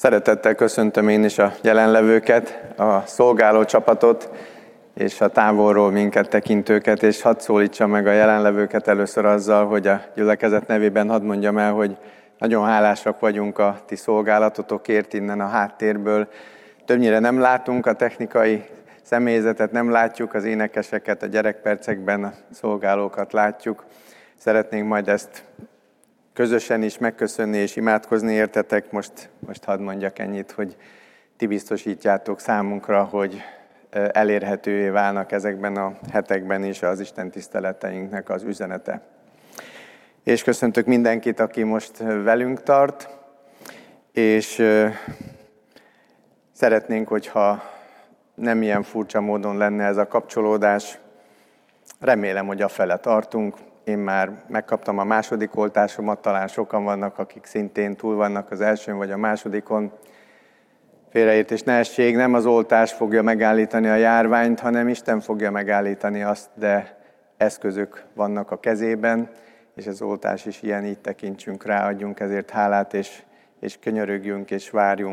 Szeretettel köszöntöm én is a jelenlevőket, a szolgáló csapatot és a távolról minket tekintőket, és hadd szólítsam meg a jelenlevőket először azzal, hogy a gyülekezet nevében hadd mondjam el, hogy nagyon hálásak vagyunk a ti szolgálatotokért innen a háttérből. Többnyire nem látunk a technikai személyzetet, nem látjuk az énekeseket, a gyerekpercekben a szolgálókat látjuk. Szeretnénk majd ezt közösen is megköszönni és imádkozni értetek. Most hadd mondjak ennyit, hogy ti biztosítjátok számunkra, hogy elérhetővé válnak ezekben a hetekben is az Isten tiszteleteinknek az üzenete. És köszöntök mindenkit, aki most velünk tart, és szeretnénk, hogyha nem ilyen furcsa módon lenne ez a kapcsolódás. Remélem, hogy afele tartunk. Én már megkaptam a második oltásomat, talán sokan vannak, akik szintén túl vannak az elsőn vagy a másodikon. Félreértés ne essék, nem az oltás fogja megállítani a járványt, hanem Isten fogja megállítani azt, de eszközök vannak a kezében, és az oltás is ilyen, így tekintsünk rá, adjunk ezért hálát, és könyörögjünk, és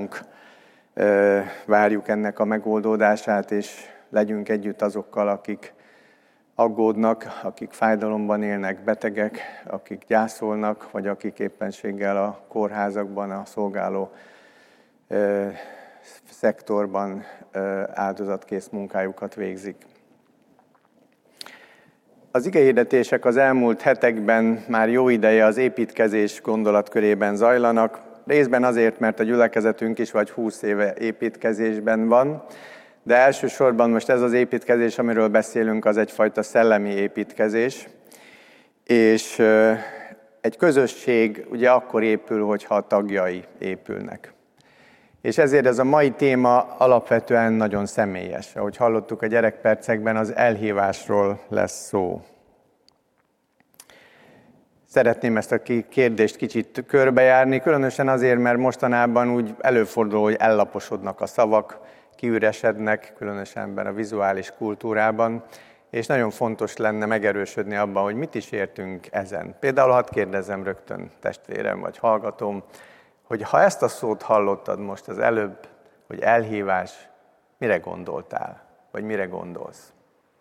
várjuk ennek a megoldódását, és legyünk együtt azokkal, akik aggódnak, akik fájdalomban élnek, betegek, akik gyászolnak, vagy akik éppenséggel a kórházakban, a szolgáló szektorban áldozatkész munkájukat végzik. Az igehirdetések az elmúlt hetekben már jó ideje az építkezés gondolatkörében zajlanak, részben azért, mert a gyülekezetünk is vagy 20 éve építkezésben van, de elsősorban most ez az építkezés, amiről beszélünk, az egyfajta szellemi építkezés, és egy közösség ugye akkor épül, hogyha a tagjai épülnek. És ezért ez a mai téma alapvetően nagyon személyes. Ahogy hallottuk a gyerekpercekben, az elhívásról lesz szó. Szeretném ezt a kérdést kicsit körbejárni, különösen azért, mert mostanában úgy előfordul, hogy ellaposodnak a szavak, kiüresednek, különösen ebben a vizuális kultúrában, és nagyon fontos lenne megerősödni abban, hogy mit is értünk ezen. Például hadd kérdezem rögtön testvérem vagy hallgatom, hogy ha ezt a szót hallottad most az előbb, hogy elhívás, mire gondoltál, vagy mire gondolsz?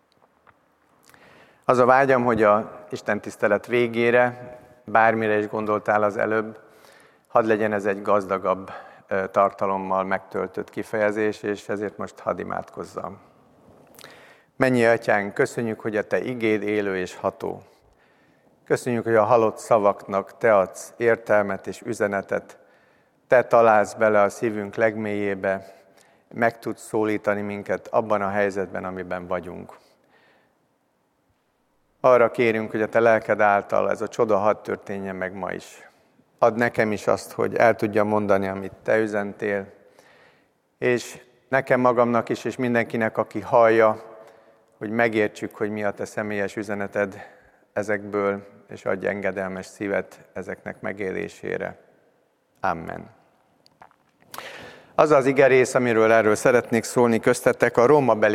Az a vágyam, hogy a istentisztelet végére, bármire is gondoltál az előbb, hadd legyen ez egy gazdagabb tartalommal megtöltött kifejezés, és ezért most hadd imádkozzam. Mennyi Atyánk, köszönjük, hogy a Te igéd élő és ható. Köszönjük, hogy a halott szavaknak Te adsz értelmet és üzenetet, Te találsz bele a szívünk legmélyébe, meg tudsz szólítani minket abban a helyzetben, amiben vagyunk. Arra kérünk, hogy a Te lelked által ez a csoda hadd történjen meg ma is. Add nekem is azt, hogy el tudjam mondani, amit Te üzentél, és nekem magamnak is, és mindenkinek, aki hallja, hogy megértsük, hogy mi a Te személyes üzeneted ezekből, és adj engedelmes szívet ezeknek megélésére. Amen. Az az igerész, amiről erről szeretnék szólni köztetek, a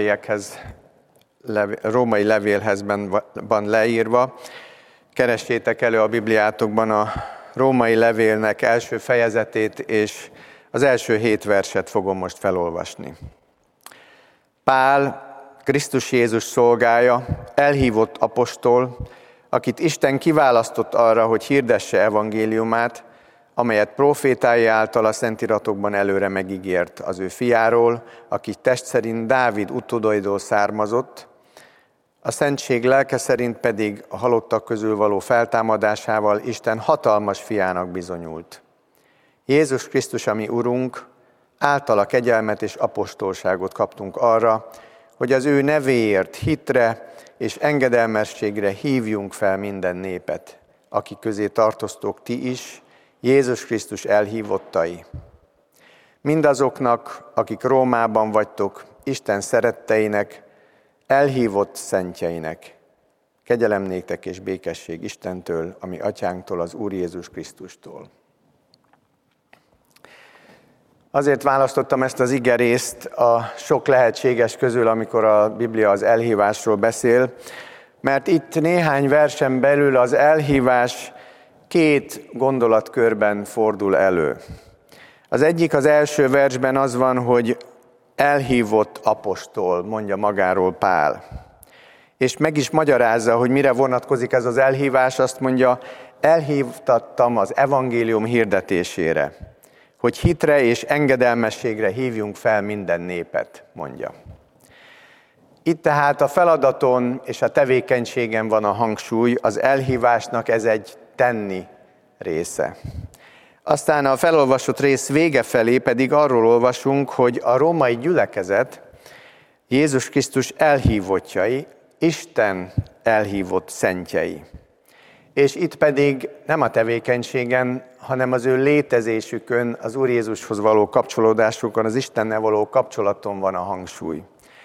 római levélhez van leírva. Keressétek elő a Bibliátokban a római levélnek első fejezetét, és az első 7 verset fogom most felolvasni. Pál, Krisztus Jézus szolgája, elhívott apostol, akit Isten kiválasztott arra, hogy hirdesse evangéliumát, amelyet prófétái által a Szentíratokban előre megígért az ő fiáról, aki test szerint Dávid utódaitól származott, a szentség lelke szerint pedig a halottak közül való feltámadásával Isten hatalmas fiának bizonyult. Jézus Krisztus, a mi Urunk, általa kegyelmet és apostolságot kaptunk arra, hogy az ő nevéért hitre és engedelmességre hívjunk fel minden népet, akik közé tartoztok ti is, Jézus Krisztus elhívottai. Mindazoknak, akik Rómában vagytok, Isten szeretteinek, elhívott szentjeinek. Kegyelem néktek és békesség Istentől, a mi Atyánktól, az Úr Jézus Krisztustól. Azért választottam ezt az igerészt a sok lehetséges közül, amikor a Biblia az elhívásról beszél, mert itt néhány versen belül az elhívás 2 gondolatkörben fordul elő. Az egyik, az első versben az van, hogy elhívott apostol, mondja magáról Pál. És meg is magyarázza, hogy mire vonatkozik ez az elhívás, azt mondja, elhívtattam az evangélium hirdetésére, hogy hitre és engedelmességre hívjunk fel minden népet, mondja. Itt tehát a feladaton és a tevékenységen van a hangsúly, az elhívásnak ez egy tenni része. Aztán a felolvasott rész vége felé pedig arról olvasunk, hogy a római gyülekezet Jézus Krisztus elhívottjai, Isten elhívott szentjei. És itt pedig nem a tevékenységen, hanem az ő létezésükön, az Úr Jézushoz való kapcsolódásukon, az Istennel való kapcsolaton van a hangsúly.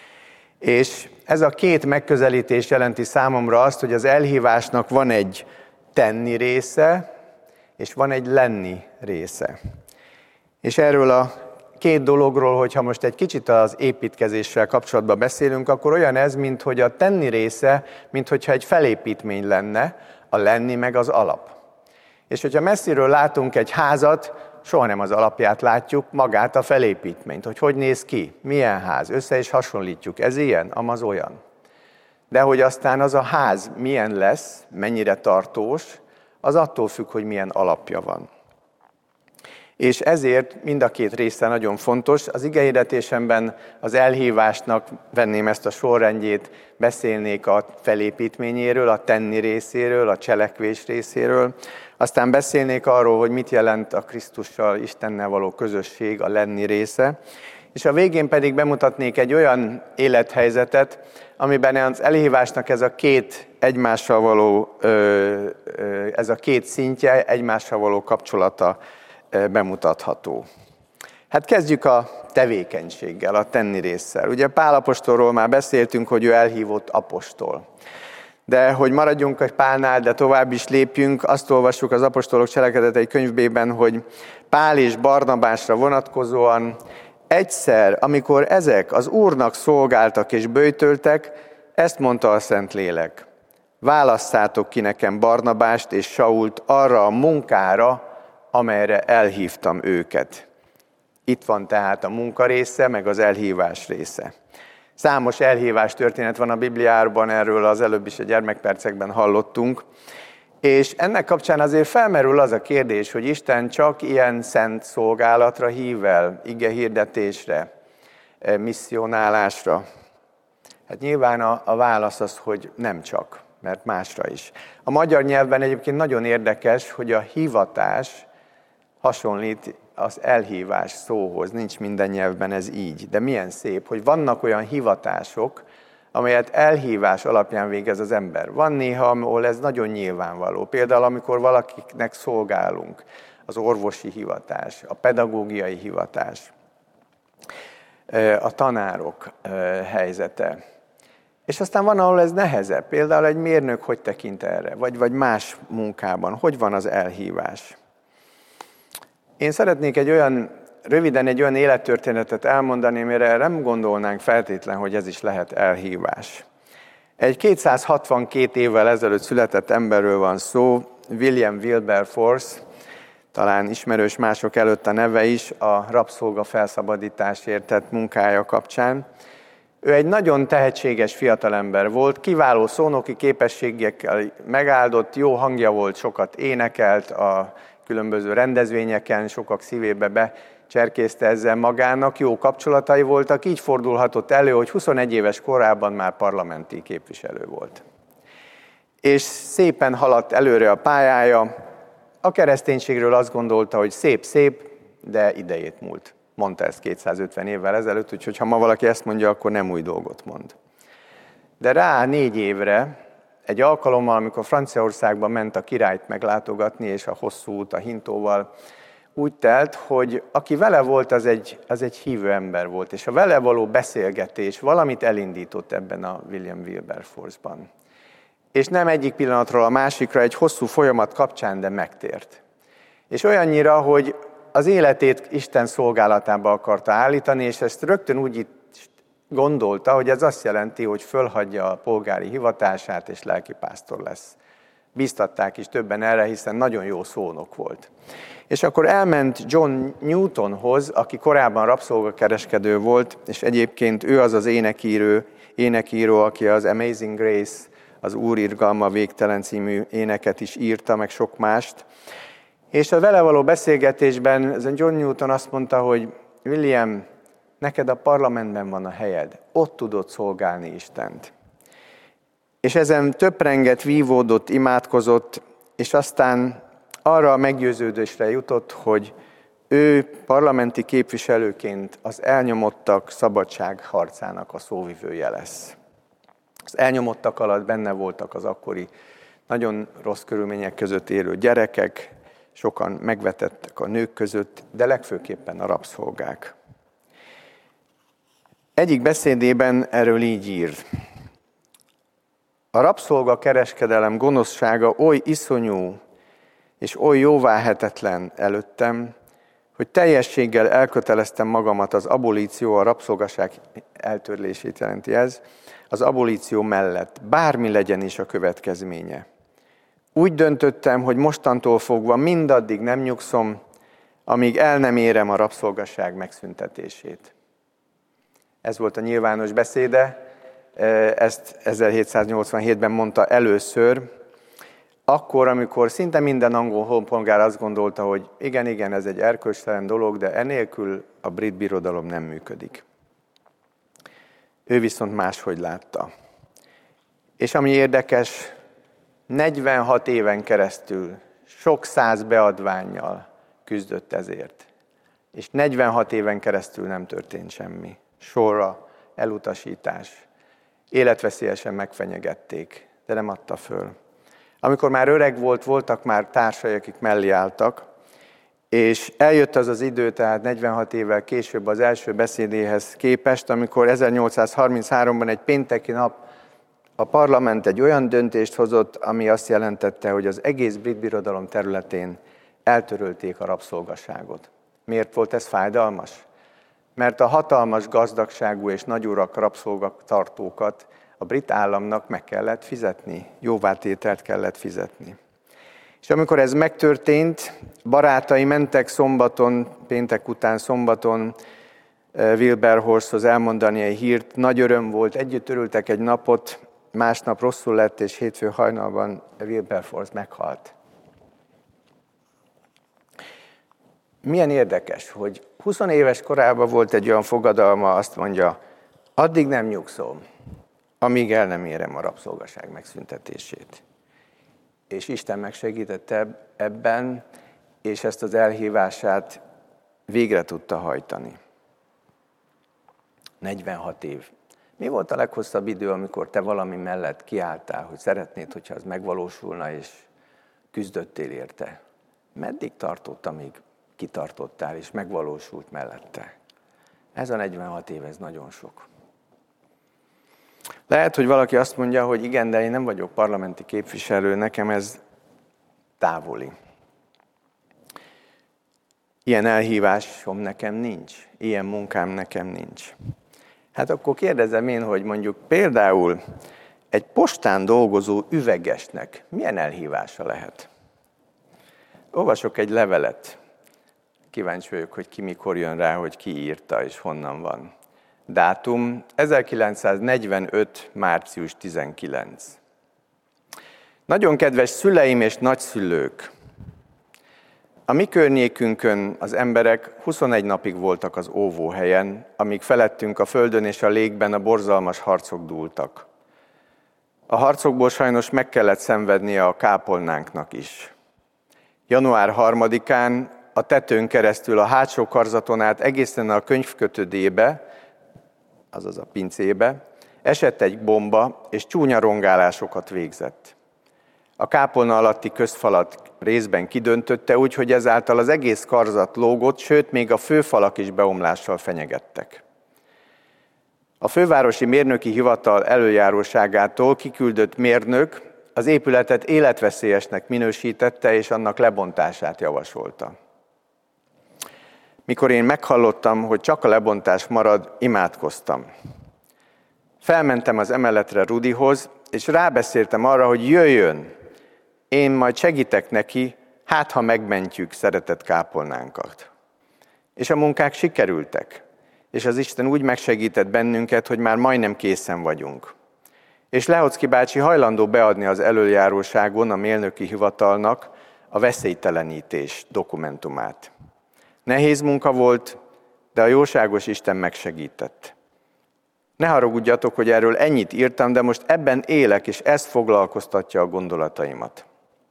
És ez a két megközelítés jelenti számomra azt, hogy az elhívásnak van egy tenni része, és van egy lenni része. És erről a két dologról, hogyha most egy kicsit az építkezéssel kapcsolatban beszélünk, akkor olyan ez, mint hogy a tenni része, mint hogyha egy felépítmény lenne, a lenni meg az alap. És hogyha messziről látunk egy házat, soha nem az alapját látjuk, magát a felépítményt, hogy néz ki, milyen ház, össze is hasonlítjuk, ez ilyen, amaz olyan. De hogy aztán az a ház milyen lesz, mennyire tartós, az attól függ, hogy milyen alapja van. És ezért mind a két része nagyon fontos. Az igehirdetésemben az elhívásnak venném ezt a sorrendjét, beszélnék a felépítményéről, a tenni részéről, a cselekvés részéről. Aztán beszélnék arról, hogy mit jelent a Krisztussal, Istennel való közösség, a lenni része. És a végén pedig bemutatnék egy olyan élethelyzetet, amiben az elhívásnak ez a két egymással való, ez a két szintje, egymással való kapcsolata bemutatható. Hát kezdjük a tevékenységgel, a tenni résszel. Ugye Pál apostolról már beszéltünk, hogy ő elhívott apostol. De hogy maradjunk egy Pálnál, de tovább is lépjünk, azt olvassuk az apostolok cselekedetei könyvében, hogy Pál és Barnabásra vonatkozóan egyszer, amikor ezek az Úrnak szolgáltak és böjtöltek, ezt mondta a Szentlélek. Válasszátok ki nekem Barnabást és Sault arra a munkára, amelyre elhívtam őket. Itt van tehát a munka része, meg az elhívás része. Számos elhívás történet van a Bibliában, erről az előbb is a gyermekpercekben hallottunk, és ennek kapcsán azért felmerül az a kérdés, hogy Isten csak ilyen szent szolgálatra hív el, igehirdetésre, misszionálásra. Hát nyilván a válasz az, hogy nem csak, mert másra is. A magyar nyelvben egyébként nagyon érdekes, hogy a hivatás hasonlít az elhívás szóhoz. Nincs minden nyelvben ez így. De milyen szép, hogy vannak olyan hivatások, amelyet elhívás alapján végez az ember. Van néha, ahol ez nagyon nyilvánvaló. Például, amikor valakinek szolgálunk, az orvosi hivatás, a pedagógiai hivatás, a tanárok helyzete. És aztán van, ahol ez nehezebb. Például egy mérnök hogy tekint erre, vagy más munkában. Hogy van az elhívás? Én szeretnék röviden egy olyan élettörténetet elmondani, amire nem gondolnánk feltétlen, hogy ez is lehet elhívás. Egy 262 évvel ezelőtt született emberről van szó, William Wilberforce, talán ismerős mások előtt a neve is, a rabszolga felszabadításért tett munkája kapcsán. Ő egy nagyon tehetséges fiatalember volt, kiváló szónoki képességekkel megáldott, jó hangja volt, sokat énekelt a különböző rendezvényeken, sokak szívébe becserkészte ezzel magának, jó kapcsolatai voltak, így fordulhatott elő, hogy 21 éves korában már parlamenti képviselő volt. És szépen haladt előre a pályája, a kereszténységről azt gondolta, hogy szép, de idejét múlt. Mondta ezt 250 évvel ezelőtt, úgyhogy ha ma valaki ezt mondja, akkor nem új dolgot mond. De rá 4 évre, egy alkalommal, amikor Franciaországban ment a királyt meglátogatni, és a hosszú út a hintóval úgy telt, hogy aki vele volt, az egy hívő ember volt, és a vele való beszélgetés valamit elindított ebben a William Wilberforce-ban. És nem egyik pillanatról a másikra, egy hosszú folyamat kapcsán, de megtért. És olyannyira, hogy az életét Isten szolgálatába akarta állítani, és ezt rögtön úgy gondolta, hogy ez azt jelenti, hogy fölhagyja a polgári hivatását, és lelkipásztor lesz Bíztatták is többen erre, hiszen nagyon jó szónok volt. És akkor elment John Newtonhoz, aki korábban rabszolgakereskedő volt, és egyébként ő az az énekíró, aki az Amazing Grace, az Úr irgalma végtelen című éneket is írta, meg sok mást. És a vele való beszélgetésben John Newton azt mondta, hogy William, neked a parlamentben van a helyed, ott tudod szolgálni Istent. És ezen töprengett, vívódott, imádkozott, és aztán arra a meggyőződésre jutott, hogy ő parlamenti képviselőként az elnyomottak szabadságharcának a szóvivője lesz. Az elnyomottak alatt benne voltak az akkori nagyon rossz körülmények között élő gyerekek, sokan megvetettek a nők között, de legfőképpen a rabszolgák. Egyik beszédében erről így ír. A rabszolgakereskedelem gonoszsága oly iszonyú és oly jóváhetetlen előttem, hogy teljességgel elköteleztem magamat az abolíció, a rabszolgaság eltörlését jelenti ez, az abolíció mellett, bármi legyen is a következménye. Úgy döntöttem, hogy mostantól fogva mindaddig nem nyugszom, amíg el nem érem a rabszolgaság megszüntetését. Ez volt a nyilvános beszéde, ezt 1787-ben mondta először, akkor, amikor szinte minden angol honpolgár azt gondolta, hogy igen, ez egy erkölcstelen dolog, de enélkül a brit birodalom nem működik. Ő viszont máshogy látta. És ami érdekes, 46 éven keresztül sok száz beadvánnyal küzdött ezért. És 46 éven keresztül nem történt semmi. Sorra, elutasítás. Életveszélyesen megfenyegették, de nem adta föl. Amikor már öreg volt, voltak már társai, akik mellé álltak, és eljött az az idő, tehát 46 évvel később az első beszédéhez képest, amikor 1833-ban egy pénteki nap a parlament egy olyan döntést hozott, ami azt jelentette, hogy az egész brit birodalom területén eltörölték a rabszolgaságot. Miért volt ez fájdalmas? Mert a hatalmas gazdagságú és nagyurak rabszolgatartókat a brit államnak meg kellett fizetni, jóvátételt kellett fizetni. És amikor ez megtörtént, barátai mentek szombaton, péntek után szombaton Wilberforcehoz elmondani egy hírt. Nagy öröm volt, együtt örültek egy napot, másnap rosszul lett, és hétfő hajnalban Wilberforce meghalt. Milyen érdekes, hogy 20 éves korában volt egy olyan fogadalma, azt mondja, addig nem nyugszom, amíg el nem érem a rabszolgaság megszüntetését. És Isten megsegítette ebben, és ezt az elhívását végre tudta hajtani. 46 év. Mi volt a leghosszabb idő, amikor te valami mellett kiálltál, hogy szeretnéd, hogyha az megvalósulna, és küzdöttél érte? Meddig tartott, amíg kitartottál, és megvalósult mellette? Ez a 46 év, ez nagyon sok. Lehet, hogy valaki azt mondja, hogy igen, de én nem vagyok parlamenti képviselő, nekem ez távoli. Ilyen elhívásom nekem nincs, ilyen munkám nekem nincs. Hát akkor kérdezem én, hogy mondjuk például egy postán dolgozó üvegesnek milyen elhívása lehet? Olvasok egy levelet. Kíváncsi vagyok, hogy ki mikor jön rá, hogy ki írta és honnan van. Dátum 1945. március 19. Nagyon kedves szüleim és nagyszülők! A mi környékünkön az emberek 21 napig voltak az óvóhelyen, amíg felettünk a földön és a légben a borzalmas harcok dúltak. A harcokból sajnos meg kellett szenvednie a kápolnánknak is. Január 3-án a tetőn keresztül a hátsó karzaton át egészen a könyvkötődébe, azaz a pincébe, esett egy bomba, és csúnya rongálásokat végzett. A kápolna alatti közfalat részben kidöntötte, úgyhogy ezáltal az egész karzat lógott, sőt, még a főfalak is beomlással fenyegettek. A fővárosi mérnöki hivatal előjáróságától kiküldött mérnök az épületet életveszélyesnek minősítette, és annak lebontását javasolta. Mikor én meghallottam, hogy csak a lebontás marad, imádkoztam. Felmentem az emeletre Rudihoz, és rábeszéltem arra, hogy jöjjön, Én majd segítek neki, hát ha megmentjük szeretett kápolnánkat. És a munkák sikerültek, és az Isten úgy megsegített bennünket, hogy már majdnem készen vagyunk. És Lehocki bácsi hajlandó beadni az elöljáróságon a mérnöki hivatalnak a veszélytelenítés dokumentumát. Nehéz munka volt, de a jóságos Isten megsegített. Ne haragudjatok, hogy erről ennyit írtam, de most ebben élek, és ez foglalkoztatja a gondolataimat.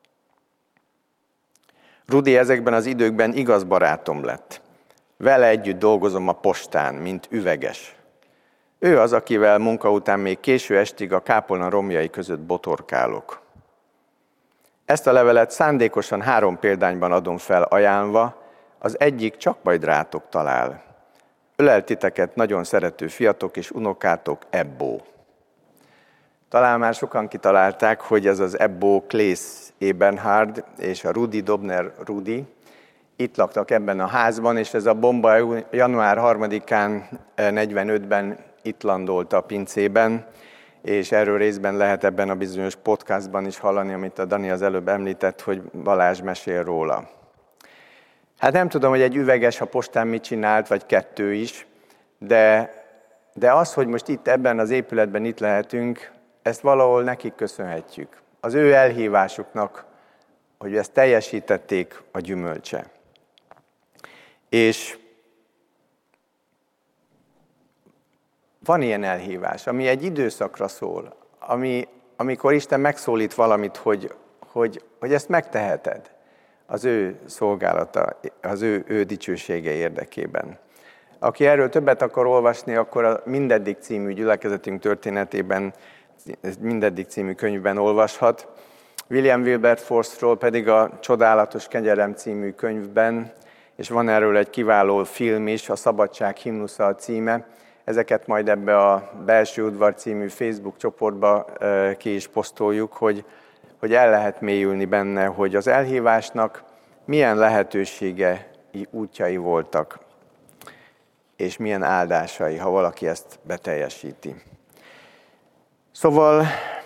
Rudi ezekben az időkben igaz barátom lett. Vele együtt dolgozom a postán, mint üveges. Ő az, akivel munka után még késő estig a kápolna romjai között botorkálok. Ezt a levelet szándékosan 3 példányban adom fel ajánlva, az egyik csak majd rátok talál. Ölel titeket nagyon szerető fiatok és unokátok, Ebbó. Talán már sokan kitalálták, hogy ez az Ebbó Klész Ebenhard és a Rudi Dobner Rudi. Itt laktak ebben a házban, és ez a bomba január 3-án 45-ben itt landolt a pincében, és erről részben lehet ebben a bizonyos podcastban is hallani, amit a Dani az előbb említett, hogy Balázs mesél róla. Hát nem tudom, hogy egy üveges a postán mit csinált, vagy 2 is, de az, hogy most itt ebben az épületben itt lehetünk, ezt valahol nekik köszönhetjük. Az ő elhívásuknak, hogy ezt teljesítették, a gyümölcse. És van ilyen elhívás, ami egy időszakra szól, amikor Isten megszólít valamit, hogy ezt megteheted az ő szolgálata, az ő dicsősége érdekében. Aki erről többet akar olvasni, akkor a Mindeddig című gyülekezetünk történetében, Mindeddig című könyvben olvashat. William Wilberforceról pedig a Csodálatos kegyelem című könyvben, és van erről egy kiváló film is, a Szabadság himnusza a címe. Ezeket majd ebbe a Belső Udvar című Facebook csoportba ki is posztoljuk, hogy el lehet mélyülni benne, hogy az elhívásnak milyen lehetőségei, útjai voltak, és milyen áldásai, ha valaki ezt beteljesíti. Szóval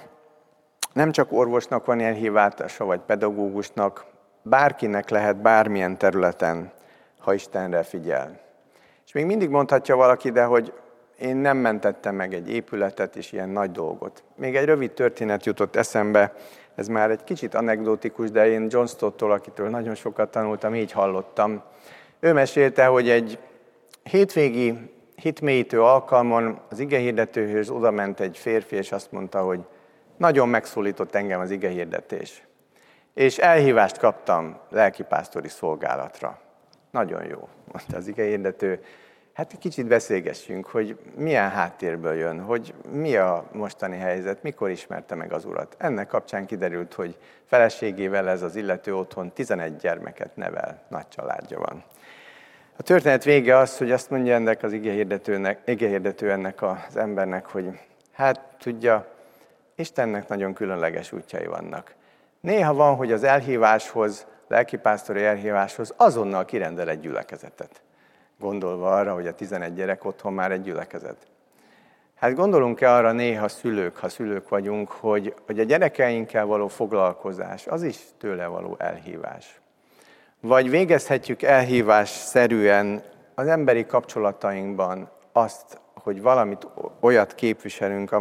nem csak orvosnak van elhívása, vagy pedagógusnak, bárkinek lehet bármilyen területen, ha Istenre figyel. És még mindig mondhatja valaki, de hogy én nem mentettem meg egy épületet és ilyen nagy dolgot. Még egy rövid történet jutott eszembe, ez már egy kicsit anekdotikus, de én John Stott-tól, akitől nagyon sokat tanultam, így hallottam. Ő mesélte, hogy egy hétvégi hitmélyítő alkalmon az igehirdetőhöz odament egy férfi, és azt mondta, hogy nagyon megszólított engem az igehirdetés. És elhívást kaptam lelkipásztori szolgálatra. Nagyon jó, mondta az igehirdető. Hát egy kicsit beszélgessünk, hogy milyen háttérből jön, hogy mi a mostani helyzet, mikor ismerte meg az Urat. Ennek kapcsán kiderült, hogy feleségével ez az illető otthon 11 gyermeket nevel, nagy családja van. A történet vége az, hogy azt mondja ennek az igehirdető ennek az embernek, hogy hát tudja, Istennek nagyon különleges útjai vannak. Néha van, hogy az elhíváshoz, lelkipásztori elhíváshoz azonnal kirendel egy gyülekezetet. Gondolva arra, hogy a 11 gyerek otthon már egy gyülekezet. Hát gondolunk-e arra néha szülők, ha szülők vagyunk, hogy a gyerekeinkkel való foglalkozás, az is tőle való elhívás. Vagy végezhetjük elhívásszerűen az emberi kapcsolatainkban azt, hogy valamit olyat képviselünk,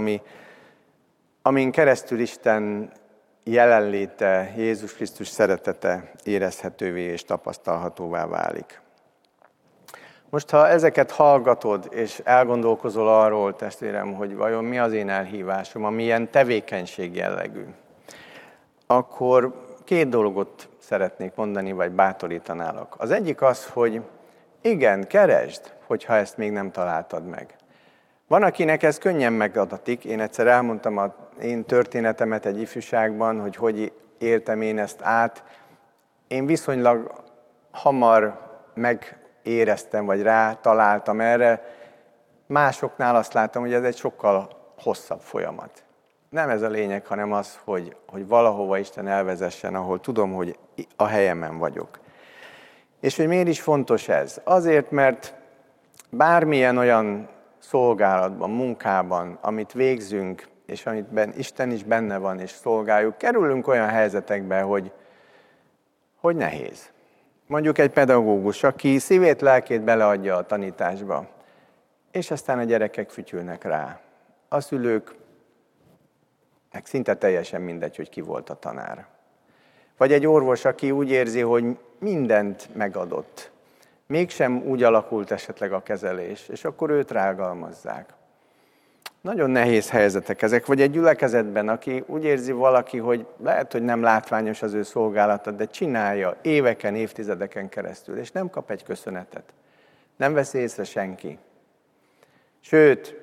amin keresztül Isten jelenléte, Jézus Krisztus szeretete érezhetővé és tapasztalhatóvá válik. Most, ha ezeket hallgatod, és elgondolkozol arról, testvérem, hogy vajon mi az én elhívásom, ami ilyen tevékenység jellegű, akkor 2 dolgot szeretnék mondani, vagy bátorítanálok. Az egyik az, hogy igen, keresd, hogyha ezt még nem találtad meg. Van, akinek ez könnyen megadatik. Én egyszer elmondtam az én történetemet egy ifjúságban, hogy éltem én ezt át. Én viszonylag hamar megéreztem, vagy rátaláltam erre. Másoknál azt láttam, hogy ez egy sokkal hosszabb folyamat. Nem ez a lényeg, hanem az, hogy valahova Isten elvezessen, ahol tudom, hogy a helyemen vagyok. És hogy miért is fontos ez? Azért, mert bármilyen olyan szolgálatban, munkában, amit végzünk, és amiben Isten is benne van, és szolgáljuk, kerülünk olyan helyzetekbe, hogy nehéz. Mondjuk egy pedagógus, aki szívét, lelkét beleadja a tanításba, és aztán a gyerekek fütyülnek rá. A szülők, meg szinte teljesen mindegy, hogy ki volt a tanár. Vagy egy orvos, aki úgy érzi, hogy mindent megadott. Mégsem úgy alakult esetleg a kezelés, és akkor őt rágalmazzák. Nagyon nehéz helyzetek ezek. Vagy egy gyülekezetben, aki úgy érzi valaki, hogy lehet, hogy nem látványos az ő szolgálata, de csinálja éveken, évtizedeken keresztül, és nem kap egy köszönetet. Nem veszi észre senki. Sőt,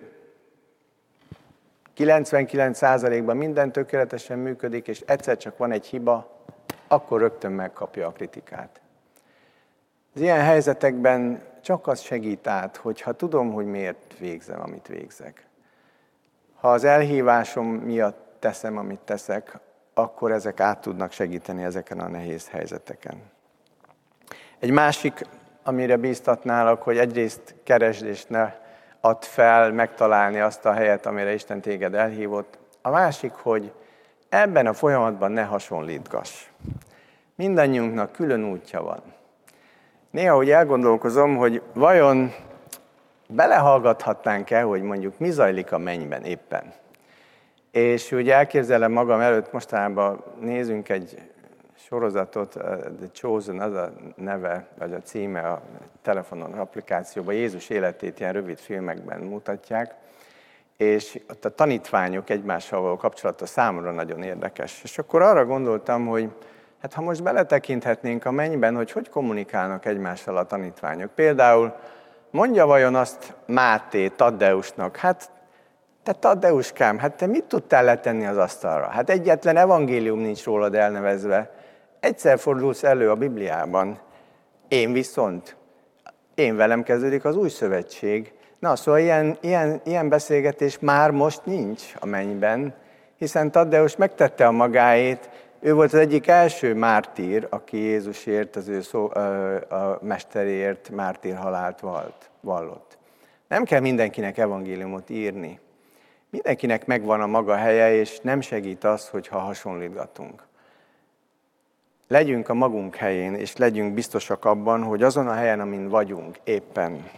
99%-ban minden tökéletesen működik, és egyszer csak van egy hiba, akkor rögtön megkapja a kritikát. Az ilyen helyzetekben csak az segít át, hogyha tudom, hogy miért végzem, amit végzek. Ha az elhívásom miatt teszem, amit teszek, akkor ezek át tudnak segíteni ezeken a nehéz helyzeteken. Egy másik, amire bíztatnálak, hogy egyrészt keresd és ne add fel megtalálni azt a helyet, amire Isten téged elhívott. A másik, hogy ebben a folyamatban ne hasonlítgass. Mindannyiunknak külön útja van. Néha úgy elgondolkozom, hogy vajon belehallgathatnánk-e, hogy mondjuk mi zajlik a mennyben éppen. És ugye elképzelem magam előtt, mostanában nézünk egy sorozatot, The Chosen, az a neve, vagy a címe a telefonon, applikációban, Jézus életét ilyen rövid filmekben mutatják, és ott a tanítványok egymással való kapcsolata számomra nagyon érdekes. És akkor arra gondoltam, hogy hát ha most beletekinthetnénk a mennyben, hogy kommunikálnak egymással a tanítványok. Például mondja vajon azt Máté Taddeusnak, hát te Taddeuskám, hát te mit tudtál letenni az asztalra? Hát egyetlen evangélium nincs rólad elnevezve. Egyszer fordulsz elő a Bibliában. Én viszont, én velem kezdődik az új szövetség. Na, szóval ilyen beszélgetés már most nincs a mennyben, hiszen Taddeus megtette a magáét, ő volt az egyik első mártír, aki Jézusért, az ő a mesteréért mártírhalált vallott. Nem kell mindenkinek evangéliumot írni. Mindenkinek megvan a maga helye, és nem segít az, hogyha hasonlítgatunk. Legyünk a magunk helyén, és legyünk biztosak abban, hogy azon a helyen, amin vagyunk, éppen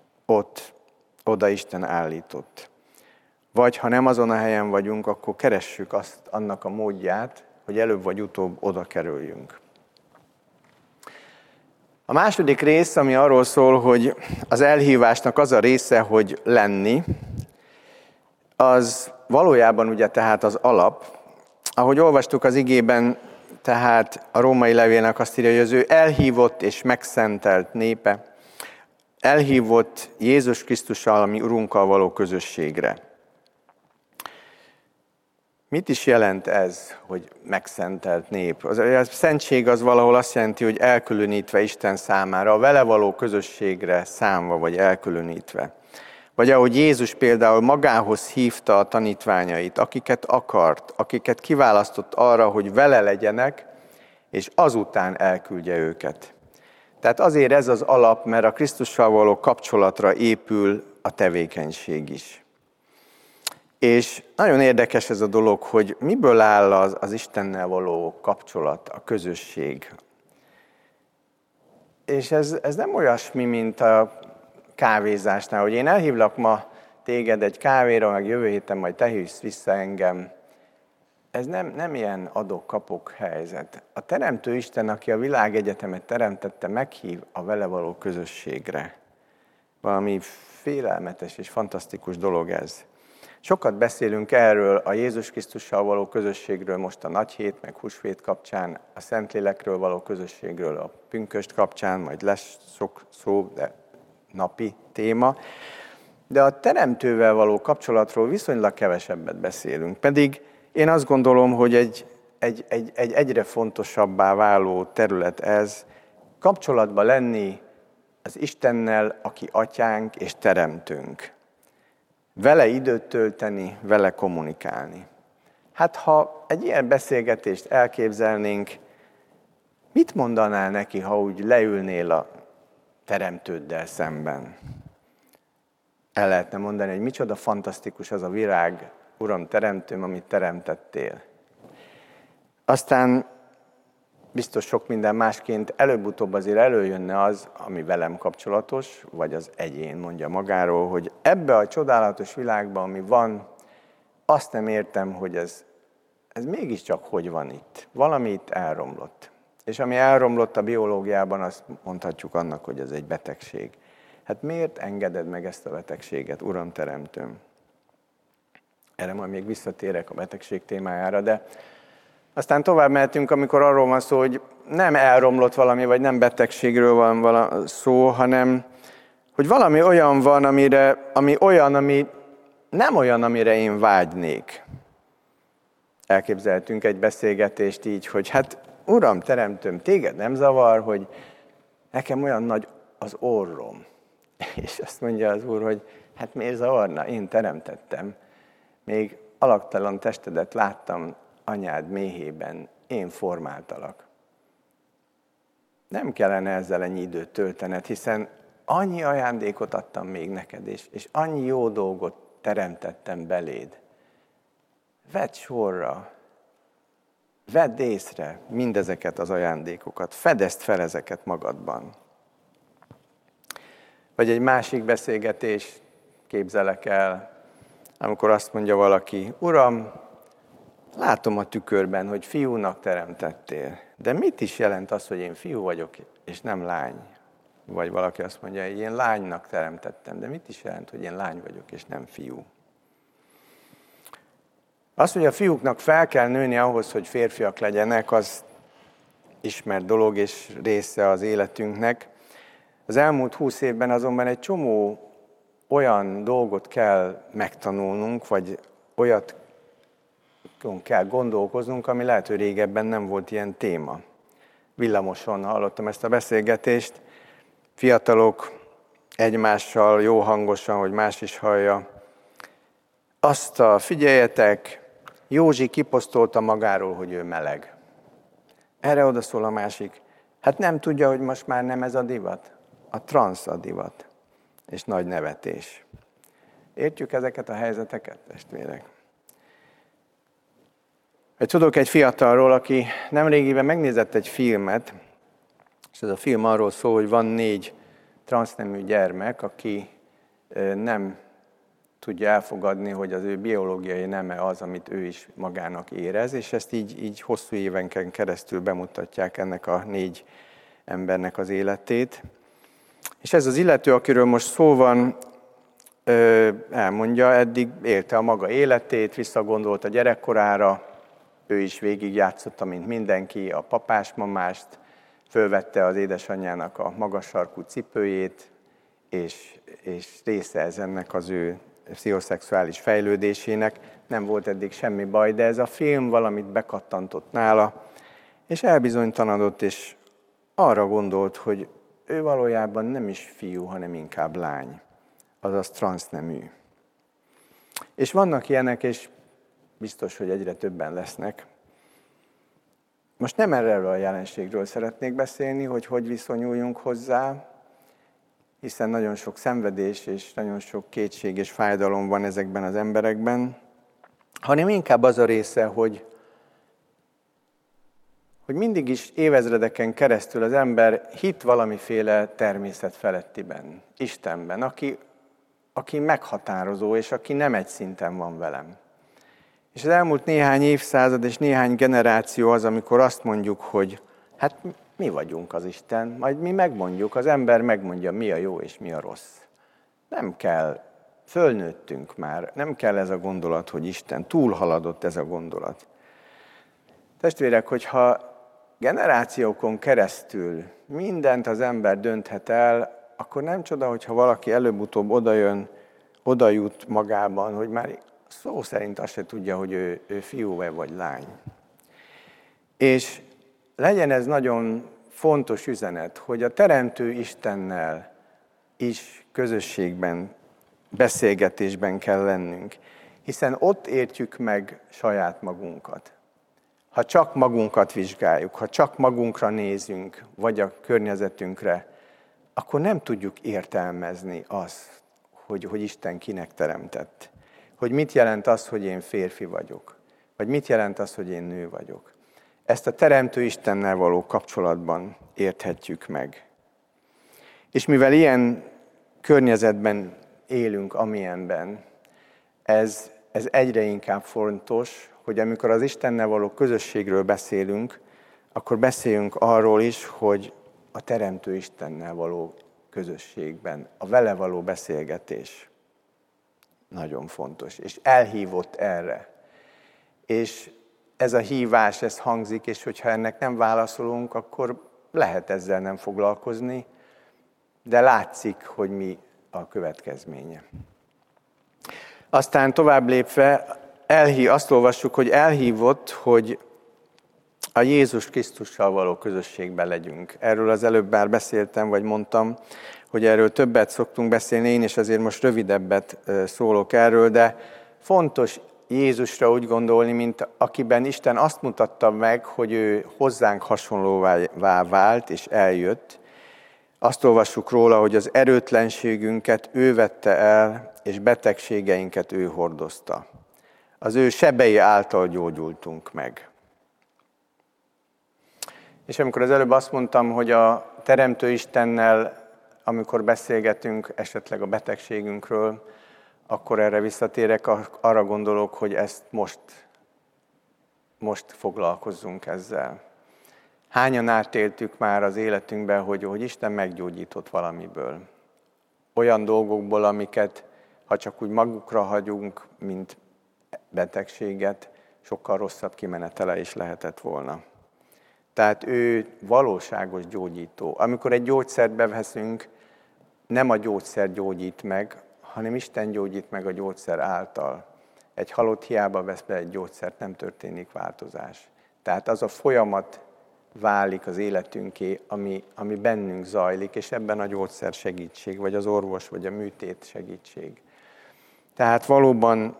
oda Isten állított. Vagy ha nem azon a helyen vagyunk, akkor keressük annak a módját, hogy előbb vagy utóbb oda kerüljünk. A második rész, ami arról szól, hogy az elhívásnak az a része, hogy lenni, az valójában ugye tehát az alap. Ahogy olvastuk az igében, tehát a római levélnek azt írja, hogy az ő elhívott és megszentelt népe, elhívott Jézus Krisztussal, ami Urunkkal való közösségre. Mit is jelent ez, hogy megszentelt nép? A szentség az valahol azt jelenti, hogy elkülönítve Isten számára, a vele való közösségre számva vagy elkülönítve. Vagy ahogy Jézus például magához hívta a tanítványait, akiket akart, akiket kiválasztott arra, hogy vele legyenek, és azután elküldje őket. Tehát azért ez az alap, mert a Krisztussal való kapcsolatra épül a tevékenység is. És nagyon érdekes ez a dolog, hogy miből áll az Istennel való kapcsolat, a közösség. És ez nem olyasmi, mint a kávézásnál, hogy én elhívlak ma téged egy kávéra, meg jövő héten majd te hívsz vissza engem. Ez nem ilyen adok-kapok helyzet. A Teremtő Isten, aki a világegyetemet teremtette, meghív a vele való közösségre. Valami félelmetes és fantasztikus dolog ez. Sokat beszélünk erről a Jézus Krisztussal való közösségről most a Nagyhét, meg Húsvét kapcsán, a Szentlélekről való közösségről a pünkösd kapcsán, majd lesz sok szó, de napi téma. De a Teremtővel való kapcsolatról viszonylag kevesebbet beszélünk. Pedig én azt gondolom, hogy egy egyre fontosabbá váló terület ez, kapcsolatba lenni az Istennel, aki atyánk és teremtőnk. Vele időt tölteni, vele kommunikálni. Hát ha egy ilyen beszélgetést elképzelnénk, mit mondanál neki, ha úgy leülnél a teremtőddel szemben? El lehetne mondani, hogy micsoda fantasztikus az a virág, Uram, teremtőm, amit teremtettél. Aztán biztos sok minden másként előbb-utóbb azért előjönne az, ami velem kapcsolatos, vagy az egyén mondja magáról, hogy ebbe a csodálatos világban, ami van, azt nem értem, hogy ez mégiscsak hogy van itt. Valami itt elromlott. És ami elromlott a biológiában, azt mondhatjuk annak, hogy ez egy betegség. Hát miért engeded meg ezt a betegséget, Uram, teremtőm? Erre majd még visszatérek a betegség témájára, de aztán tovább mehetünk, amikor arról van szó, hogy nem elromlott valami, vagy nem betegségről van szó, hanem hogy valami olyan van, ami nem olyan, amire én vágynék. Elképzeltünk egy beszélgetést így, hogy hát Uram, teremtőm, téged nem zavar, hogy nekem olyan nagy az orrom. És azt mondja az Úr, hogy hát miért zavarna? Én teremtettem. Még alaktalan testedet láttam anyád méhében, én formáltalak. Nem kellene ezzel ennyi időt töltened, hiszen annyi ajándékot adtam még neked, és annyi jó dolgot teremtettem beléd. Vedd sorra, vedd észre mindezeket az ajándékokat, fedezd fel ezeket magadban. Vagy egy másik beszélgetés képzelek el, amikor azt mondja valaki, Uram, látom a tükörben, hogy fiúnak teremtettél, de mit is jelent az, hogy én fiú vagyok, és nem lány? Vagy valaki azt mondja, hogy én lánynak teremtettem, de mit is jelent, hogy én lány vagyok, és nem fiú? Az, hogy a fiúknak fel kell nőni ahhoz, hogy férfiak legyenek, az ismert dolog és része az életünknek. Az elmúlt 20 évben azonban egy csomó olyan dolgot kell megtanulnunk, vagy olyat kell gondolkoznunk, ami lehet, hogy régebben nem volt ilyen téma. Villamoson hallottam ezt a beszélgetést, fiatalok egymással jó hangosan, hogy más is hallja. Figyeljetek, Józsi kiposztolta magáról, hogy ő meleg. Erre odaszól a másik, hát nem tudja, hogy most már nem ez a divat? A transz a divat. És nagy nevetés. Értjük ezeket a helyzeteket, testvérek? Tudok egy fiatalról, aki nemrégiben megnézett egy filmet, és ez a film arról szól, hogy van 4 transznemű gyermek, aki nem tudja elfogadni, hogy az ő biológiai neme az, amit ő is magának érez, és ezt így hosszú évenken keresztül bemutatják ennek a 4 embernek az életét. És ez az illető, akiről most szó van, elmondja, eddig élte a maga életét, visszagondolt a gyerekkorára, ő is végigjátszotta, mint mindenki, a papás-mamást, fölvette az édesanyjának a magas sarkú cipőjét, és része ez ennek az ő pszichoszexuális fejlődésének. Nem volt eddig semmi baj, de ez a film valamit bekattantott nála, és elbizonytalanodott, és arra gondolt, hogy ő valójában nem is fiú, hanem inkább lány, azaz transznemű. És vannak ilyenek, és biztos, hogy egyre többen lesznek. Most nem erről a jelenségről szeretnék beszélni, hogy viszonyuljunk hozzá, hiszen nagyon sok szenvedés és nagyon sok kétség és fájdalom van ezekben az emberekben, hanem inkább az a része, hogy mindig is évezredeken keresztül az ember hitt valamiféle természet felettiben, Istenben, aki meghatározó, és aki nem egy szinten van velem. És az elmúlt néhány évszázad és néhány generáció az, amikor azt mondjuk, hogy hát mi vagyunk az Isten, majd mi megmondjuk, az ember megmondja, mi a jó és mi a rossz. Nem kell, fölnőttünk már, nem kell ez a gondolat, hogy Isten, túlhaladott ez a gondolat. Testvérek, hogyha generációkon keresztül mindent az ember dönthet el, akkor nem csoda, hogyha valaki előbb-utóbb oda jut magában, hogy már szó szerint azt se tudja, hogy ő fiú vagy lány. És legyen ez nagyon fontos üzenet, hogy a Teremtő Istennel is közösségben, beszélgetésben kell lennünk, hiszen ott értjük meg saját magunkat. Ha csak magunkat vizsgáljuk, ha csak magunkra nézünk, vagy a környezetünkre, akkor nem tudjuk értelmezni azt, hogy Isten kinek teremtett. hogy mit jelent az, hogy én férfi vagyok, vagy mit jelent az, hogy én nő vagyok. Ezt a Teremtő Istennel való kapcsolatban érthetjük meg. És mivel ilyen környezetben élünk, amilyenben, ez egyre inkább fontos, hogy amikor az Istennel való közösségről beszélünk, akkor beszéljünk arról is, hogy a Teremtő Istennel való közösségben, a vele való beszélgetés nagyon fontos, és elhívott erre. És ez a hívás, ez hangzik, és hogyha ennek nem válaszolunk, akkor lehet ezzel nem foglalkozni, de látszik, hogy mi a következménye. Aztán tovább lépve, azt olvassuk, hogy elhívott, hogy a Jézus Krisztussal való közösségben legyünk. Erről az előbb már beszéltem, vagy mondtam, hogy erről többet szoktunk beszélni, én is azért most rövidebbet szólok erről, de fontos Jézusra úgy gondolni, mint akiben Isten azt mutatta meg, hogy ő hozzánk hasonlóvá vált és eljött. Azt olvassuk róla, hogy az erőtlenségünket ő vette el, és betegségeinket ő hordozta. Az ő sebei által gyógyultunk meg. És amikor az előbb azt mondtam, hogy a Teremtő Istennel, amikor beszélgetünk esetleg a betegségünkről, akkor erre visszatérek, arra gondolok, hogy ezt most foglalkozzunk ezzel. Hányan átéltük már az életünkben, hogy Isten meggyógyított valamiből. Olyan dolgokból, amiket, ha csak úgy magukra hagyunk, mint betegséget, sokkal rosszabb kimenetele is lehetett volna. Tehát ő valóságos gyógyító. Amikor egy gyógyszert beveszünk, nem a gyógyszer gyógyít meg, hanem Isten gyógyít meg a gyógyszer által. Egy halott hiába vesz be egy gyógyszert, nem történik változás. Tehát az a folyamat válik az életünké, ami bennünk zajlik, és ebben a gyógyszer segítség, vagy az orvos, vagy a műtét segítség. Tehát valóban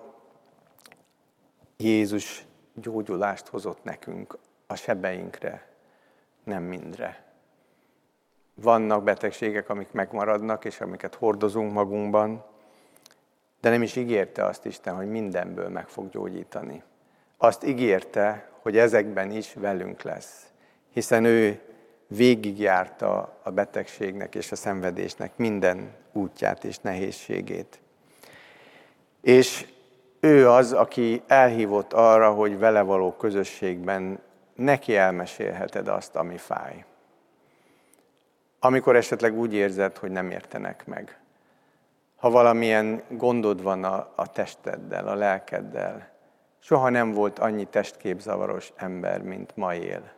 Jézus gyógyulást hozott nekünk a sebeinkre, nem mindre. Vannak betegségek, amik megmaradnak, és amiket hordozunk magunkban, de nem is ígérte azt Isten, hogy mindenből meg fog gyógyítani. Azt ígérte, hogy ezekben is velünk lesz, hiszen ő végigjárta a betegségnek és a szenvedésnek minden útját és nehézségét. És ő az, aki elhívott arra, hogy vele való közösségben neki elmesélheted azt, ami fáj. Amikor esetleg úgy érzed, hogy nem értenek meg. Ha valamilyen gondod van a testeddel, a lelkeddel, soha nem volt annyi testképzavaros ember, mint ma él.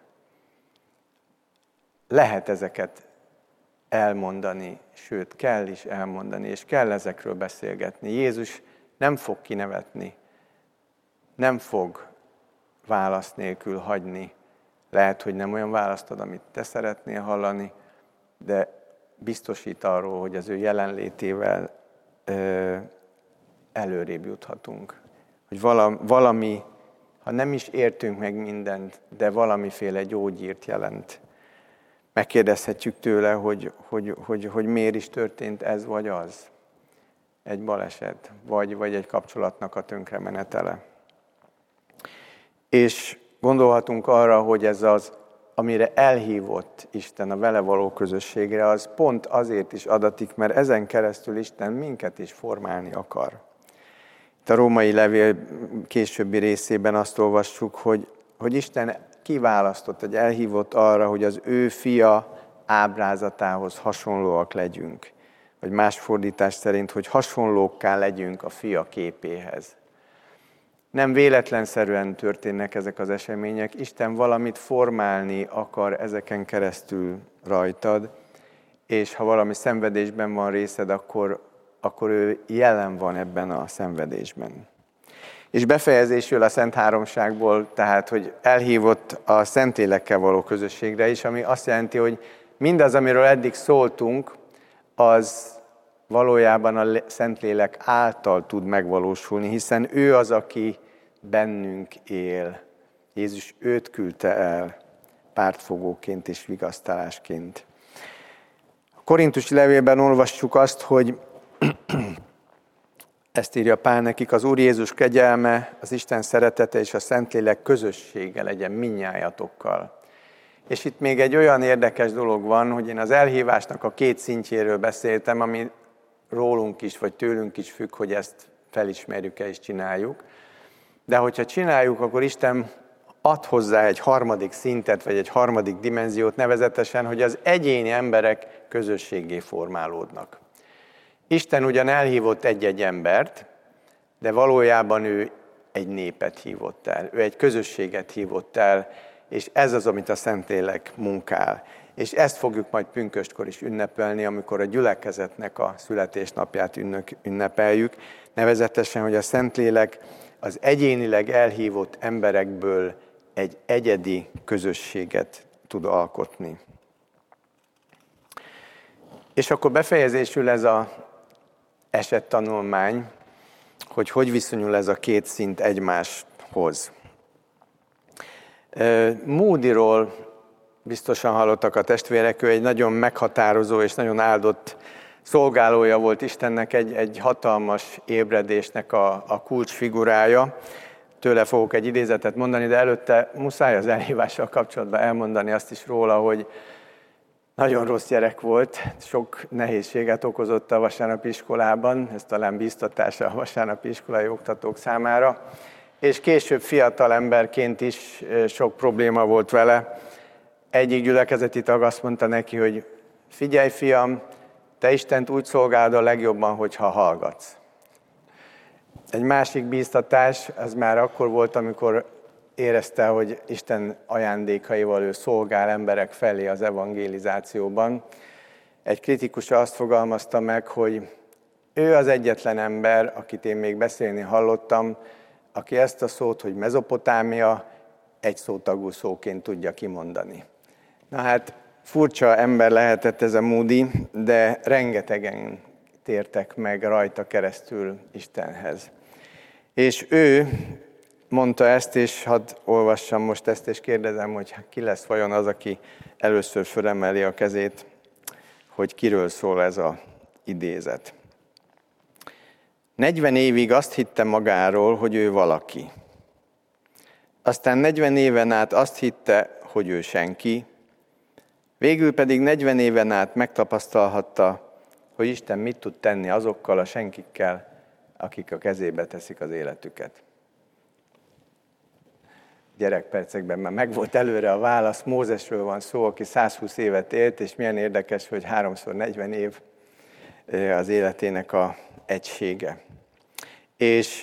Lehet ezeket elmondani, sőt, kell is elmondani, és kell ezekről beszélgetni. Jézus nem fog kinevetni, nem fog válasz nélkül hagyni. Lehet, hogy nem olyan választod, amit te szeretnél hallani, de biztosít arról, hogy az ő jelenlétével előrébb juthatunk. Hogy valami, ha nem is értünk meg mindent, de valamiféle gyógyírt jelent. Megkérdezhetjük tőle, hogy miért is történt ez vagy az. Egy baleset, vagy egy kapcsolatnak a tönkremenetele. És gondolhatunk arra, hogy ez az, amire elhívott Isten a vele való közösségre, az pont azért is adatik, mert ezen keresztül Isten minket is formálni akar. Itt a római levél későbbi részében azt olvassuk, hogy Isten kiválasztott, hogy elhívott arra, hogy az ő fia ábrázatához hasonlóak legyünk. Vagy más fordítás szerint, hogy hasonlókká legyünk a fia képéhez. Nem véletlenszerűen történnek ezek az események. Isten valamit formálni akar ezeken keresztül rajtad, és ha valami szenvedésben van részed, akkor ő jelen van ebben a szenvedésben. És befejezésül a Szent Háromságból, tehát, hogy elhívott a Szentlélekkel való közösségre is, ami azt jelenti, hogy mindaz, amiről eddig szóltunk, az valójában a Szentlélek által tud megvalósulni, hiszen ő az, aki bennünk él. Jézus őt küldte el pártfogóként és vigasztalásként. A Korintusi levélben olvassuk azt, hogy Ezt írja Pál nekik: az Úr Jézus kegyelme, az Isten szeretete és a Szentlélek közössége legyen mindnyájatokkal. És itt még egy olyan érdekes dolog van, hogy én az elhívásnak a két szintjéről beszéltem, ami rólunk is, vagy tőlünk is függ, hogy ezt felismerjük-e és csináljuk. De hogyha csináljuk, akkor Isten ad hozzá egy harmadik szintet, vagy egy harmadik dimenziót, nevezetesen, hogy az egyéni emberek közösségé formálódnak. Isten ugyan elhívott egy-egy embert, de valójában ő egy népet hívott el, ő egy közösséget hívott el, és ez az, amit a Szentlélek munkál. És ezt fogjuk majd pünköstkor is ünnepelni, amikor a gyülekezetnek a születésnapját ünnepeljük, nevezetesen, hogy a Szentlélek az egyénileg elhívott emberekből egy egyedi közösséget tud alkotni. És akkor befejezésül ez az esettanulmány, hogy viszonyul ez a két szint egymáshoz. Moodyról biztosan hallottak a testvérek, ő egy nagyon meghatározó és nagyon áldott szolgálója volt Istennek, egy hatalmas ébredésnek a kulcsfigurája. Tőle fogok egy idézetet mondani, de előtte muszáj az elhívással kapcsolatban elmondani azt is róla, hogy nagyon rossz gyerek volt, sok nehézséget okozott a vasárnapi iskolában, ez talán bíztatása a vasárnapi iskolai oktatók számára, és később fiatal emberként is sok probléma volt vele. Egyik gyülekezeti tag azt mondta neki, hogy figyelj fiam, te Istent úgy szolgálod a legjobban, hogyha hallgatsz. Egy másik bíztatás, az már akkor volt, amikor érezte, hogy Isten ajándékaival ő szolgál emberek felé az evangelizációban. Egy kritikus azt fogalmazta meg, hogy ő az egyetlen ember, akit én még beszélni hallottam, aki ezt a szót, hogy Mezopotámia, egy szótagú szóként tudja kimondani. Na hát, furcsa ember lehetett ez a Moody, de rengetegen tértek meg rajta keresztül Istenhez. És ő mondta ezt, és hadd olvassam most ezt, és kérdezem, hogy ki lesz vajon az, aki először fölemeli a kezét, hogy kiről szól ez az idézet. 40 évig azt hitte magáról, hogy ő valaki. Aztán 40 éven át azt hitte, hogy ő senki. Végül pedig 40 éven át megtapasztalhatta, hogy Isten mit tud tenni azokkal a senkikkel, akik a kezébe teszik az életüket. Gyerekpercekben már megvolt előre a válasz, Mózesről van szó, aki 120 évet élt, és milyen érdekes, hogy 3x40 év az életének a egysége. És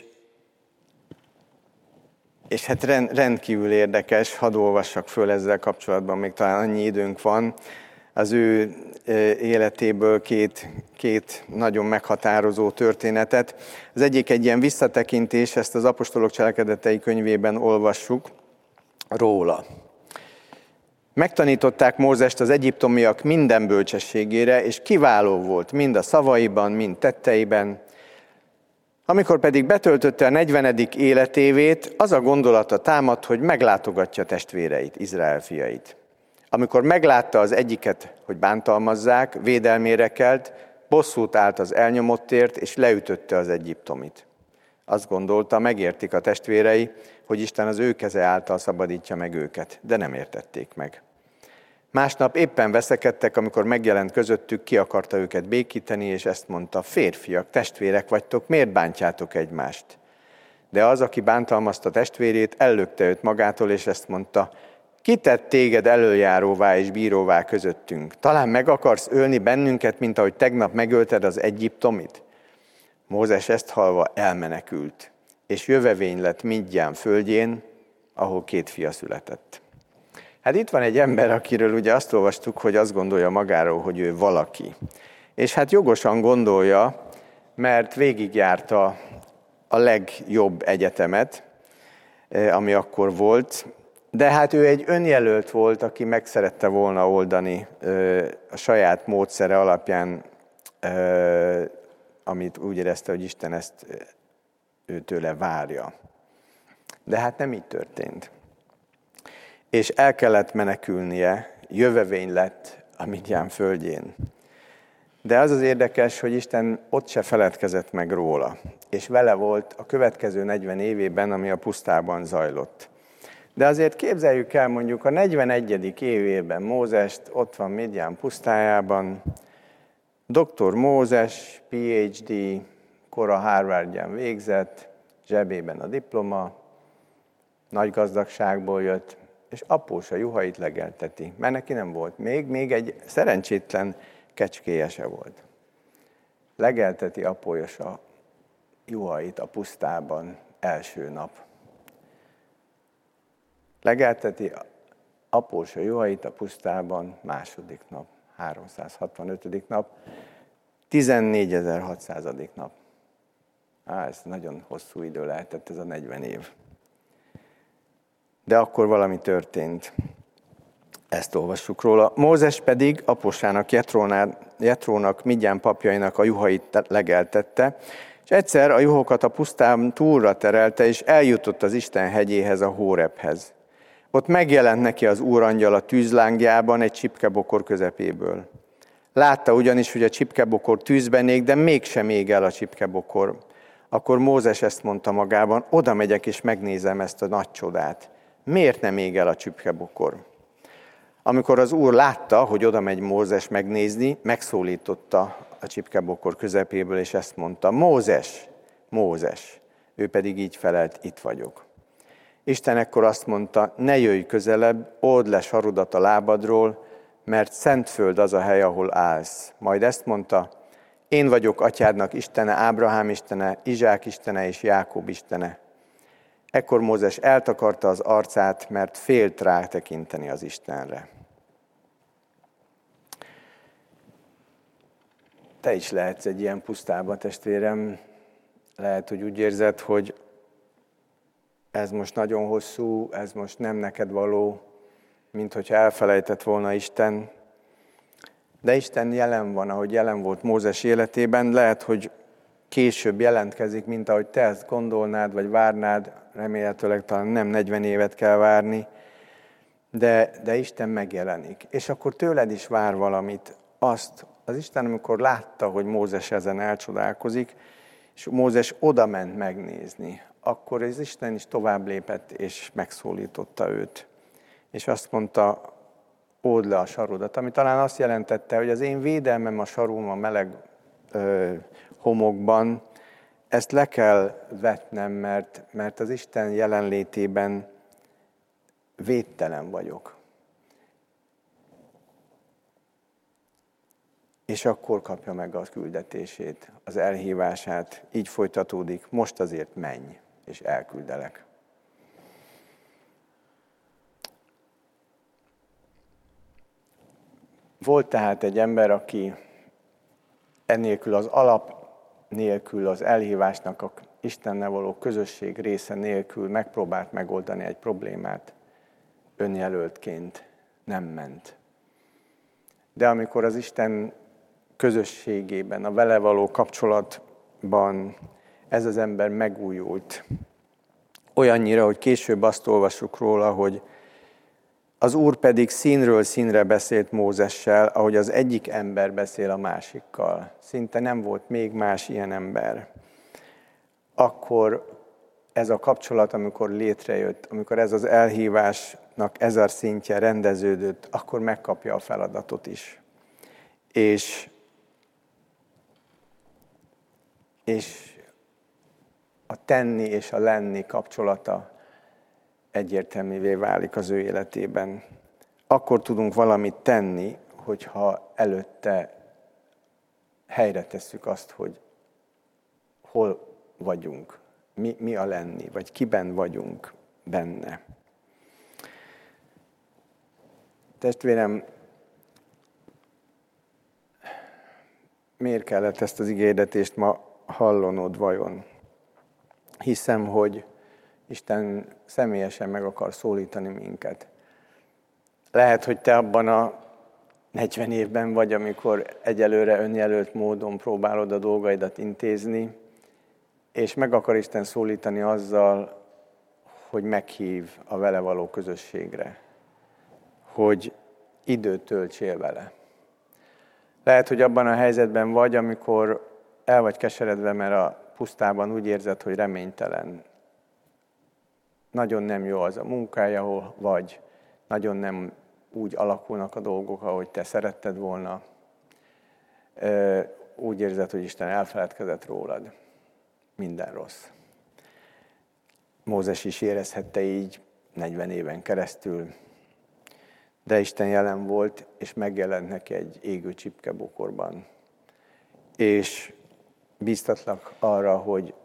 hát rendkívül érdekes, hadd olvassak föl ezzel kapcsolatban, még talán annyi időnk van, az ő életéből két nagyon meghatározó történetet. Az egyik egy ilyen visszatekintés, ezt az Apostolok Cselekedetei könyvében olvassuk róla. Megtanították Mózest az egyiptomiak minden bölcsességére, és kiváló volt mind a szavaiban, mind tetteiben. Amikor pedig betöltötte a 40. életévét, az a gondolata támadt, hogy meglátogatja testvéreit, Izrael fiait. Amikor meglátta az egyiket, hogy bántalmazzák, védelmére kelt, bosszút állt az elnyomottért, és leütötte az egyiptomit. Azt gondolta, megértik a testvérei, hogy Isten az ő keze által szabadítja meg őket, de nem értették meg. Másnap éppen veszekedtek, amikor megjelent közöttük, ki akarta őket békíteni, és ezt mondta: férfiak, testvérek vagytok, miért bántjátok egymást? De az, aki bántalmazta testvérét, ellökte őt magától, és ezt mondta: ki tett téged elöljáróvá és bíróvá közöttünk? Talán meg akarsz ölni bennünket, mint ahogy tegnap megölted az egyiptomit? Mózes ezt hallva elmenekült, és jövevény lett Midján földjén, ahol 2 fia született. Hát itt van egy ember, akiről ugye azt olvastuk, hogy azt gondolja magáról, hogy ő valaki. És hát jogosan gondolja, mert végigjárta a legjobb egyetemet, ami akkor volt, de hát ő egy önjelölt volt, aki meg szerette volna oldani a saját módszere alapján, amit úgy érezte, hogy Isten ezt őtőle várja. De hát nem így történt. És el kellett menekülnie, jövevény lett a Midján földjén. De az az érdekes, hogy Isten ott se feledkezett meg róla, és vele volt a következő 40 évében, ami a pusztában zajlott. De azért képzeljük el mondjuk a 41. évében Mózest, ott van Midján pusztájában, Dr. Mózes, PhD, kora Harvardján végzett, zsebében a diploma, nagy gazdagságból jött, és apósa juhait legelteti, mert neki nem volt még egy szerencsétlen kecskéje se volt. Legelteti apósa juhait a pusztában első nap. Legelteti apósa juhait a pusztában második nap, 365. nap, 14.600. nap. Ez nagyon hosszú idő lehetett, ez a 40 év. De akkor valami történt. Ezt olvassuk róla. Mózes pedig apósának, Jetrónak, Midján papjainak a juhait legeltette, és egyszer a juhokat a pusztán túlra terelte, és eljutott az Isten hegyéhez, a Hórebhez. Ott megjelent neki az úrangyal a tűzlángjában egy csipkebokor közepéből. Látta ugyanis, hogy a csipkebokor tűzben ég, de mégsem ég el a csipkebokor. Akkor Mózes ezt mondta magában, oda megyek és megnézem ezt a nagy csodát. Miért nem ég el a csipkebokor? Amikor az Úr látta, hogy oda megy Mózes megnézni, megszólította a csipkebokor közepéből, és ezt mondta, Mózes, Mózes. Ő pedig így felelt, itt vagyok. Isten ekkor azt mondta, ne jöjj közelebb, old le sarudat a lábadról, mert szent föld az a hely, ahol állsz. Majd ezt mondta, én vagyok atyádnak Istene, Ábrahám Istene, Izsák Istene és Jákob Istene. Ekkor Mózes eltakarta az arcát, mert félt rátekinteni az Istenre. Te is lehetsz egy ilyen pusztába, testvérem. Lehet, hogy úgy érzed, hogy ez most nagyon hosszú, ez most nem neked való, mint hogyha elfelejtett volna Isten. De Isten jelen van, ahogy jelen volt Mózes életében. Lehet, hogy később jelentkezik, mint ahogy te ezt gondolnád, vagy várnád. Remélhetőleg talán nem 40 évet kell várni. De Isten megjelenik. És akkor tőled is vár valamit. Azt az Isten, amikor látta, hogy Mózes ezen elcsodálkozik, és Mózes oda ment megnézni, akkor az Isten is tovább lépett, és megszólította őt. És azt mondta, old le a sarodat, ami talán azt jelentette, hogy az én védelmem a sarum a meleg homokban, ezt le kell vetnem, mert az Isten jelenlétében védtelen vagyok. És akkor kapja meg a küldetését, az elhívását, így folytatódik, most azért menj, és elküldelek. Volt tehát egy ember, aki ennélkül az alap nélkül, az elhívásnak a Istennel való közösség része nélkül megpróbált megoldani egy problémát, önjelöltként nem ment. De amikor az Isten közösségében, a vele való kapcsolatban ez az ember megújult, olyannyira, hogy később azt olvassuk róla, hogy az Úr pedig színről színre beszélt Mózessel, ahogy az egyik ember beszél a másikkal. Szinte nem volt még más ilyen ember. Akkor ez a kapcsolat, amikor létrejött, amikor ez az elhívásnak ez a szintje rendeződött, akkor megkapja a feladatot is. És a tenni és a lenni kapcsolata egyértelművé válik az ő életében. Akkor tudunk valamit tenni, hogyha előtte helyre tesszük azt, hogy hol vagyunk, mi a lenni, vagy kiben vagyunk benne. Testvérem, miért kellett ezt az igéhirdetést ma hallonod vajon? Hiszem, hogy Isten személyesen meg akar szólítani minket. Lehet, hogy te abban a 40 évben vagy, amikor egyelőre önjelölt módon próbálod a dolgaidat intézni, és meg akar Isten szólítani azzal, hogy meghív a vele való közösségre, hogy időt töltsél vele. Lehet, hogy abban a helyzetben vagy, amikor el vagy keseredve, mert a pusztában úgy érzed, hogy reménytelen. Nagyon nem jó az a munkája, ahol vagy. Nagyon nem úgy alakulnak a dolgok, ahogy te szeretted volna. Úgy érzed, hogy Isten elfeledkezett rólad. Minden rossz. Mózes is érezhette így 40 éven keresztül, de Isten jelen volt, és megjelent neki egy égő csipkebokorban. És bíztatlak arra,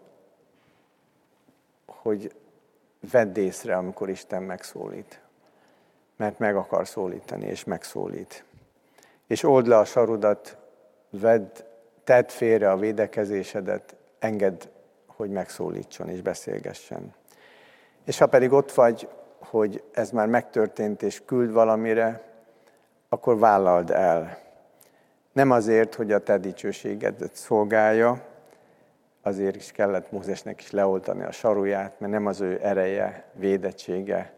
hogy vedd észre, amikor Isten megszólít. Mert meg akar szólítani, és megszólít. És old le a sarodat, tedd félre a védekezésedet, engedd, hogy megszólítson és beszélgessen. És ha pedig ott vagy, hogy ez már megtörtént és küld valamire, akkor vállald el. Nem azért, hogy a te dicsőségedet szolgálja, azért is kellett Mózesnek is leoltani a saruját, mert nem az ő ereje, védettsége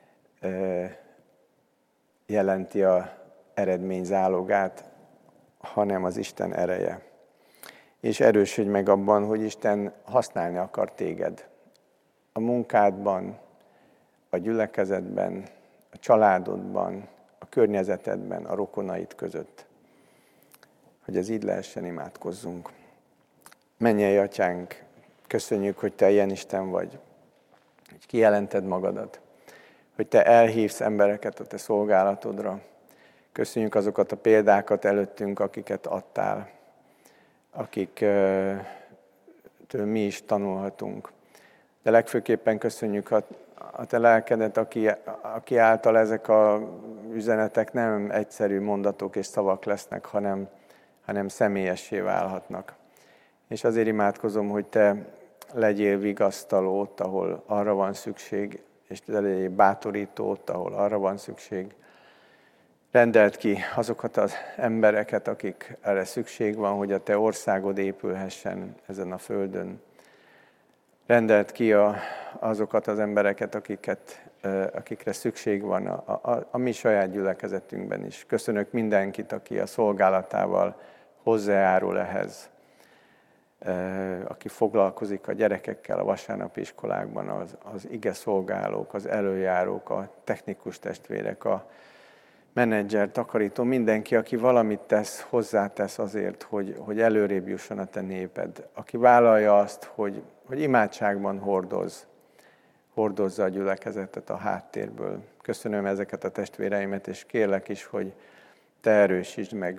jelenti a eredmény zálogát, hanem az Isten ereje. És erősödj meg abban, hogy Isten használni akar téged. A munkádban, a gyülekezetben, a családodban, a környezetedben, a rokonaid között. Hogy ez így lehessen, imádkozzunk. Mennyei Atyánk, köszönjük, hogy Te ilyen Isten vagy, hogy kijelented magadat, hogy Te elhívsz embereket a Te szolgálatodra. Köszönjük azokat a példákat előttünk, akiket adtál, akiktől mi is tanulhatunk. De legfőképpen köszönjük a Te lelkedet, aki által ezek az üzenetek nem egyszerű mondatok és szavak lesznek, hanem személyessé válhatnak. És azért imádkozom, hogy Te legyél vigasztaló ott, ahol arra van szükség, és Te legyél bátorító ott, ahol arra van szükség. Rendeld ki azokat az embereket, akik erre szükség van, hogy a Te országod épülhessen ezen a földön. Rendeld ki azokat az embereket, akikre szükség van a mi saját gyülekezetünkben is. Köszönök mindenkit, aki a szolgálatával hozzájárul ehhez, aki foglalkozik a gyerekekkel a vasárnapi iskolákban, az ige szolgálók, az előjárók, a technikus testvérek, a menedzser, takarító, mindenki, aki valamit tesz, hozzátesz azért, hogy előrébb jusson a te néped. Aki vállalja azt, hogy imádságban hordozza a gyülekezetet a háttérből. Köszönöm ezeket a testvéreimet, és kérlek is, hogy te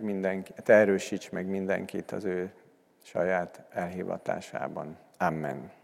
erősíts meg mindenkit az ő saját elhivatásában. Amen.